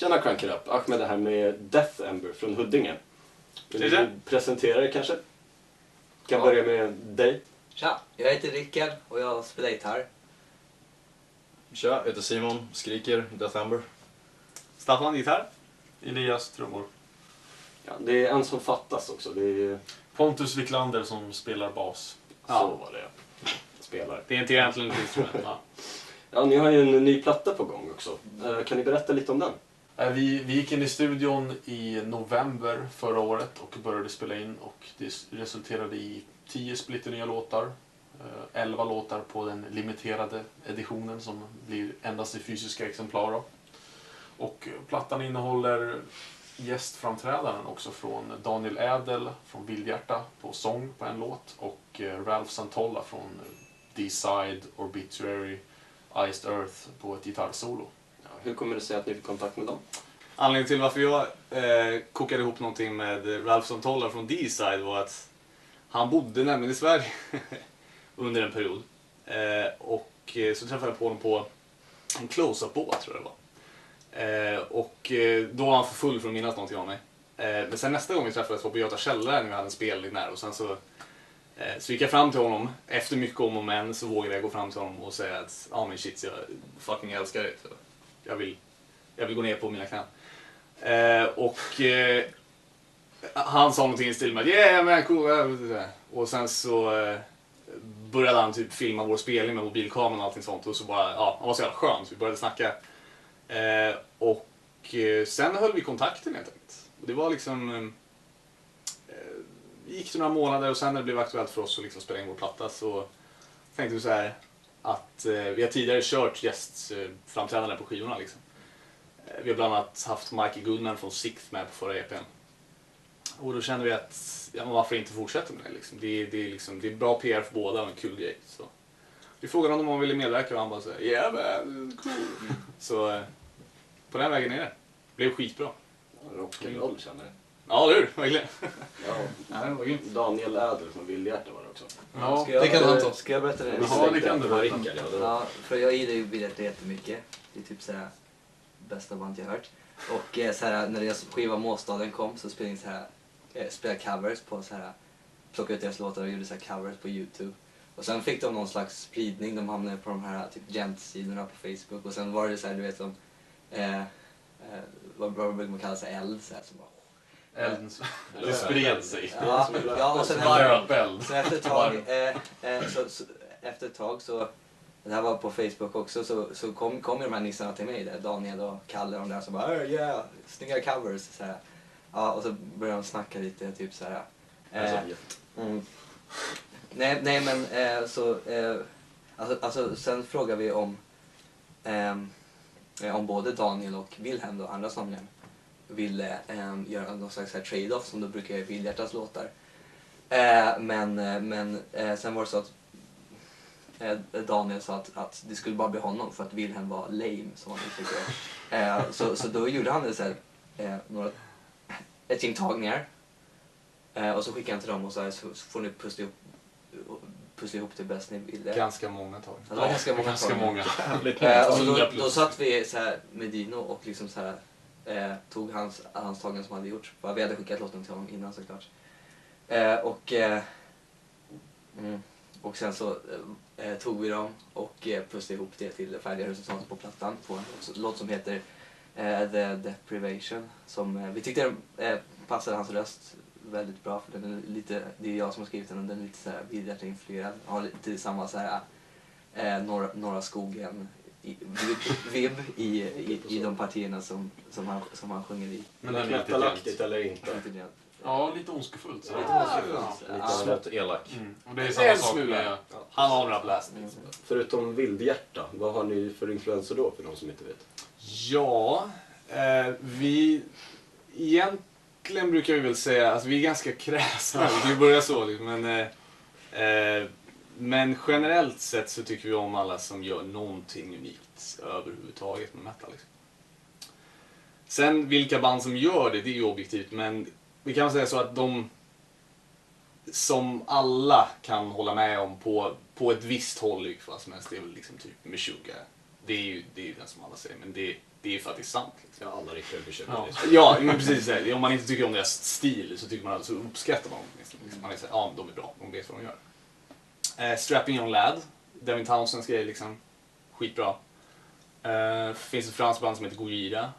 Tjena Crank It Up, Ahmed det här med Death Ember från Huddinge. Vill du presentera det kanske? Kan börja med dig. Tja, jag heter Rickard och jag spelar gitarr. Tja, jag heter Simon, skriker, Death Ember. Staffan, gitarr. Elias, trummor. Ja, det är en som fattas också. Det är... Pontus Wiklander som spelar bas. Så var det. Spelar. Det är inte egentligen ett instrument. Ja, ni har ju en ny platta på gång också. Kan ni berätta lite om den? Vi gick in i studion i november förra året och började spela in. Och det resulterade i 10 splitternya låtar. 11 låtar på den limiterade editionen som blir endast i fysiska exemplar då. Och plattan innehåller gästframträdanden också från Daniel Ädel från Vildhjärta på sång på en låt och Ralph Santolla från D-Side, Obituary, Iced Earth på ett gitarrsolo. Ja, hur kommer det sig att ni fick kontakt med dem? Anledningen till varför jag kokade ihop någonting med Ralph Santolla från D-Side var att han bodde nämligen i Sverige under en period. Och så träffade jag på honom på en close-up-båt tror jag det var. Och då var han för full för att minnas någonting om mig. Men sen nästa gång vi träffades var på Göta källare när vi hade en spelning där. Och sen så gick jag fram till honom. Efter mycket om och men så vågade jag gå fram till honom och säga att men shit, jag fucking älskar dig. Så jag vill gå ner på mina knän. Och han sa någonting i stil med yeah man cool. Och sen så började han typ filma vår spelning med mobilkameran och allting sånt. Och så bara, han var så jävla skön så vi började snacka. Och sen höll vi kontakten helt enkelt. Det var liksom gick det några månader och sen när det blev aktuellt för oss att liksom spela in vår platta så tänkte vi så här att vi har tidigare kört gästframträdande på skivorna liksom. Vi har bland annat haft Mikey Goodman från Sixth med på förra EPn. Och då kände vi att varför inte fortsätta med det liksom. Det är bra PR för båda och en kul grej så. Vi frågade honom om han ville medverka och han bara sa yeah man, cool. Så på den vägen är det. Blev skitbra. Rock'n'roll känner jag. Ja, det är det. Verkligen. Ja, det var grymt. Daniel Ädel från Vildhjärta var det också. Ja, Det kan han ta. Ska jag berätta det? Ja, det kan du vara berätta. Rickard. Ja, för jag gillar ju Vildhjärta jättemycket. Det är typ såhär bästa band jag har hört. Och såhär, när deras skiva Måstaden kom så spelade jag såhär, spelade covers på såhär, plockade ut deras låtar och gjorde såhär covers på YouTube. Och sen fick de någon slags spridning, de hamnade på de här typ gent-sidorna på Facebook. Och sen var det såhär, du vet som, vad brukar man kalla sig, eld såhär som bara... Det spred sig. Ja, och sen efter ett tag så det här var på Facebook också så kom de här nissarna till mig där, Daniel och Kalle och de där som bara yeah, snygga covers så här. Ja, och så började de snacka lite typ så här. Nej men alltså sen frågade vi om både Daniel och Wilhelm och andra sångare ville göra någon slags här trade-off som då brukar göra i Vildhjärtas låtar. Men sen var det så att Daniel sa att det skulle bara bli honom för att Wilhelm var lame som han uttryckte. Så då gjorde han det så här, ett gäng tagningar och så skickade han till dem och så får ni pussla ihop det bäst ni vill. Ganska många tag. Ja, det var ganska många. Och så då satt vi så här med Dino och liksom så här tog hans tagningar som han hade gjort. Vi hade skickat låten till honom innan såklart. Och sen så tog vi dem och pusslade ihop det till det färdiga resultatet på plattan på en låt som heter The Deprivation som vi tyckte passade hans röst väldigt bra för den är lite, det är jag som har skrivit den och den är lite så här Vildhjärta-influerad, har lite samma så här norra skogen vibb i de partierna som han sjunger i. Men det är metalaktigt eller inte? Ja, lite ondskefullt. Lite smått elak. Och det är samma sak med... Han har några blast. Förutom Vildhjärta, vad har ni för influenser då för de som inte vet? Ja, vi... Egentligen brukar vi väl säga att vi är ganska kräsna. Vi börjar så liksom, men generellt sett så tycker vi om alla som gör någonting unikt överhuvudtaget med metal. Liksom. Sen vilka band som gör det är ju objektivt, men vi kan säga så att de som alla kan hålla med om på ett visst håll, vad som helst, det är väl liksom typ Meshuggah. Det är ju den som alla säger, men det det är faktiskt sant. Liksom. Ja, alla riffar köper Ja. det. Ja, men precis. Så här, om man inte tycker om deras stil så tycker man alltså uppskattar man liksom. Man är så här, ja, de är bra, de vet vad de gör. Strapping Young Lad, Devin Townsends grej liksom, skitbra. Finns ett franskt band som heter Gojira.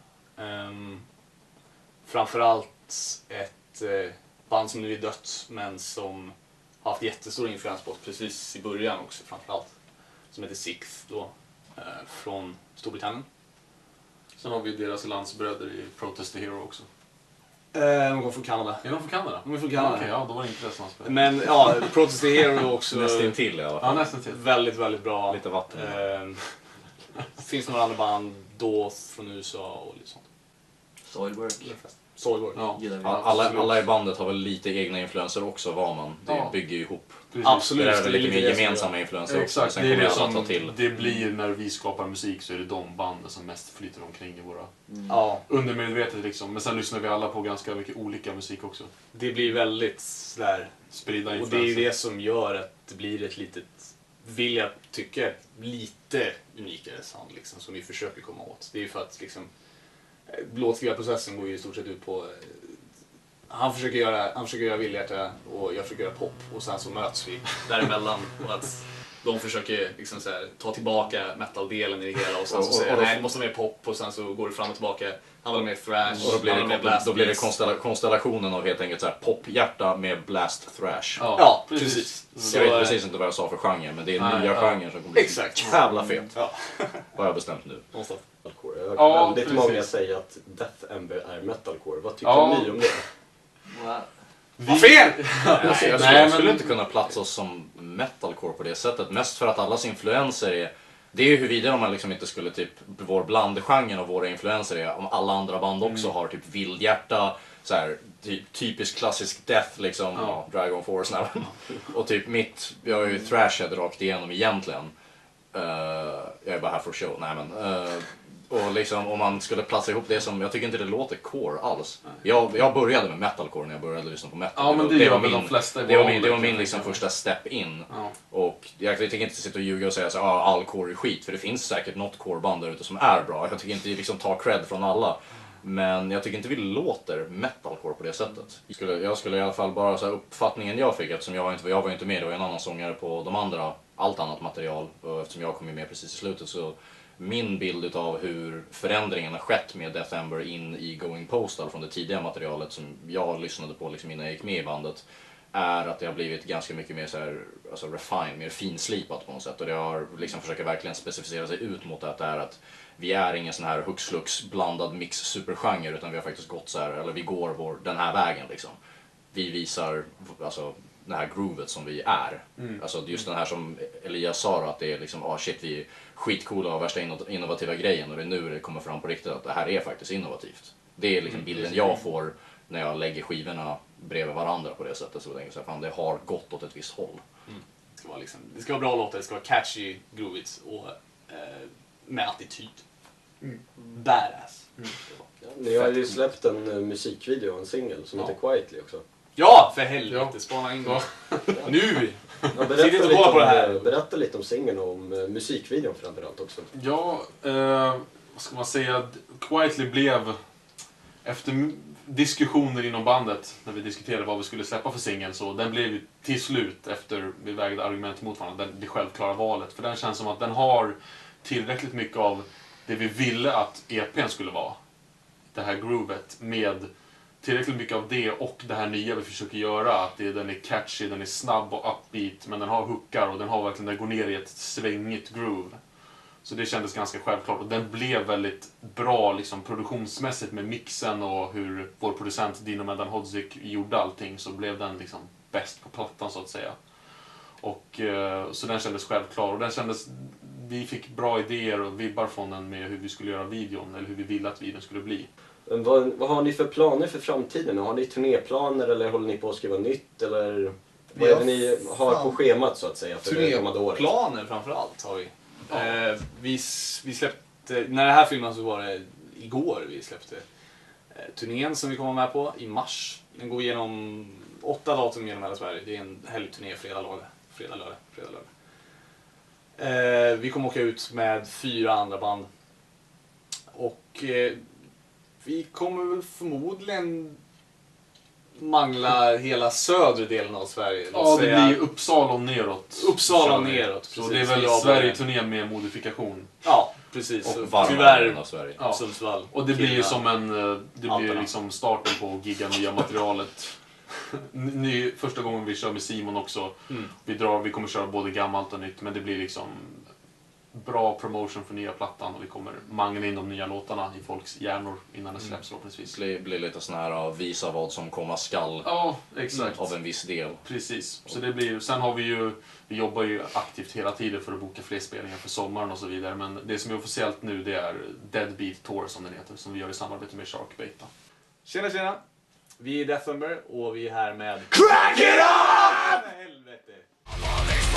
Framförallt ett band som nu är dött men som har haft jättestor influens på oss precis i början också framförallt. Som heter Sixth då, från Storbritannien. Sen har vi deras landsbröder i Protest the Hero också. De kommer från Kanada. Är de från Kanada? De är från Kanada. Okej, ja, då var det inte deras landsbröder. Men ja, Protest the Hero är också Nästintill i alla Ja, fall. nästan till. väldigt, väldigt bra. Lite vatten. Finns några andra band då från USA och lite sånt. Soilwork. Soilwork. Ja, Gillar vi. Alla i bandet har väl lite egna influenser också, var man. Det Ja. bygger ju ihop. precis. Absolut. Det är väl lite mer det som gemensamma influenser också. Exakt, Sen det är kommer det alla ta som till. det blir när vi skapar musik, så är det de banden som mest flyter omkring i våra Ja, undermedvetet liksom. Men sen lyssnar vi alla på ganska mycket olika musik också. det blir väldigt sådär. Spridda Och det influenser. är det som gör att det blir ett litet, vill jag tycka, lite unikare sound liksom, som vi försöker komma åt. Det är ju för att liksom, låtskrivarprocessen går ju i stort sett ut på han försöker göra vildhjärta och jag försöker göra pop och sen så möts vi däremellan och att de försöker liksom så här, ta tillbaka metal-delen i det hela och sen så säger nej det måste vara mer pop och sen så går det fram och tillbaka. Han vill ha mer thrash, Och då blir det beats. konstellationen av helt enkelt så här pophjärta med blast thrash. Ja, precis. Jag vet precis inte vad jag sa för genre, men det är nya genrer som kommer bli Exakt. jävla fet. Ja. Har jag bestämt nu. Någonstans. Metalcore. Jag har Ja, väldigt precis. många säger att Death Ember är metalcore. Vad tycker Ja. ni om det? Wow. Vad fel! Jag skulle inte kunna platsa oss som metalcore på det sättet. Mest för att allas influenser är... Det är ju huruvida om man liksom inte skulle typ... Vår blandgenre och våra influenser är om alla andra band också har typ vildhjärta, så här, typisk klassisk death liksom, Ja. Dragon Force när. Och typ jag är ju thrashhead rakt igenom egentligen. Jag är bara här för show, nej men. Och liksom om man skulle platsa ihop det som, jag tycker inte det låter core alls. Jag började med metalcore när jag började lyssna på metal. Ja, men det gör väl de flesta i det var vår min, det var ålder, min liksom liksom. första step in. Ja. Och jag tänker inte sitta och ljuga och säga så all core är skit, för det finns säkert något coreband där ute som är bra. Jag tycker inte liksom ta cred från alla. Men jag tycker inte vi låter metalcore på det sättet. Jag skulle i alla fall bara så här, uppfattningen jag fick, eftersom jag var inte med, det var en annan sångare på de andra, allt annat material, och eftersom jag kom med precis i slutet, så min bild utav hur förändringen har skett med Death Ember in i Going Postal från det tidiga materialet som jag lyssnade på liksom innan jag gick med i bandet, är att det har blivit ganska mycket mer så här, alltså refined, mer finslipat på något sätt, och det har liksom försökt verkligen specificera sig ut mot att det är att vi är ingen sån här hux flux blandad mix supergenre, utan vi har faktiskt gått så här, eller vi går den här vägen liksom. Vi visar alltså det här groovet som vi är. Alltså just den här som Elias sa, att det är liksom shit, vi är skitcoola och värsta innovativa grejen, och det är nu det kommer fram på riktigt att det här är faktiskt innovativt. Det är liksom bilden jag får när jag lägger skivorna bredvid varandra på det sättet, så jag tänker så här, fan, det har gått åt ett visst håll. Det ska vara bra låtar, det ska vara catchy, groovigt och med attityd. Badass. Ja, ni har ju släppt en musikvideo och en singel som heter Quietly också. Ja, för helvete, Ja. spana in Ja. nu! Ja, Sitt inte och kolla på det här. Berätta lite om singeln och om musikvideon framförallt också. Ja, vad ska man säga? Quietly blev, efter diskussioner inom bandet, när vi diskuterade vad vi skulle släppa för singel, så den blev ju till slut, efter vi vägde argument mot varandra, det självklara valet. För den känns som att den har tillräckligt mycket av det vi ville att EPn skulle vara. Det här groovet med tillräckligt mycket av det och det här nya vi försöker göra. Att den är catchy, den är snabb och upbeat, men den har hookar och den har verkligen, den går ner i ett svängigt groove. Så det kändes ganska självklart, och den blev väldigt bra liksom, produktionsmässigt med mixen och hur vår producent Dino Medan-Hodzik gjorde allting, så blev den liksom bäst på plattan så att säga. Och så den kändes självklar, och den kändes, vi fick bra idéer och vibbar från den med hur vi skulle göra videon, eller hur vi ville att videon skulle bli. Men vad har ni för planer för framtiden? Har ni turnéplaner eller håller ni på att skriva nytt? Eller vad är det ni har på schemat så att säga för det kommande året? Turnéplaner framförallt har vi. Vi släppte, när det här filmen så var det igår vi släppte turnén som vi kommer med på i mars. Den går igenom 8 datum genom hela Sverige. Det är en helgturné, fredag, lördag. Vi kommer åka ut med 4 andra band Och vi kommer väl förmodligen mangla hela södra delen av Sverige. Ja, det blir Uppsala och neråt. Uppsala och neråt, Så precis. det är väl Sverige-turné med modifikation. Ja, precis. Och varma tyvärr delen av Sverige. Ja. Sundsvall. Och det blir ju Kiruna. som det blir Alperna. liksom starten på att gigga nya materialet. Första gången vi kör med Simon också. Vi kommer köra både gammalt och nytt, men det blir liksom bra promotion för nya plattan och vi kommer mangla in de nya låtarna i folks hjärnor innan det släpps förhoppningsvis. Det blir lite sån här visa vad som komma skall Ja, exakt. av en viss del. Precis. Så det blir, sen har vi jobbar ju aktivt hela tiden för att boka fler spelningar för sommaren och så vidare. Men det som är officiellt nu, det är Deadbeat Tour som den heter, som vi gör i samarbete med Sharkbait. Tjena! Vi är Death Thunder och vi är här med Crack It Up! Helvete!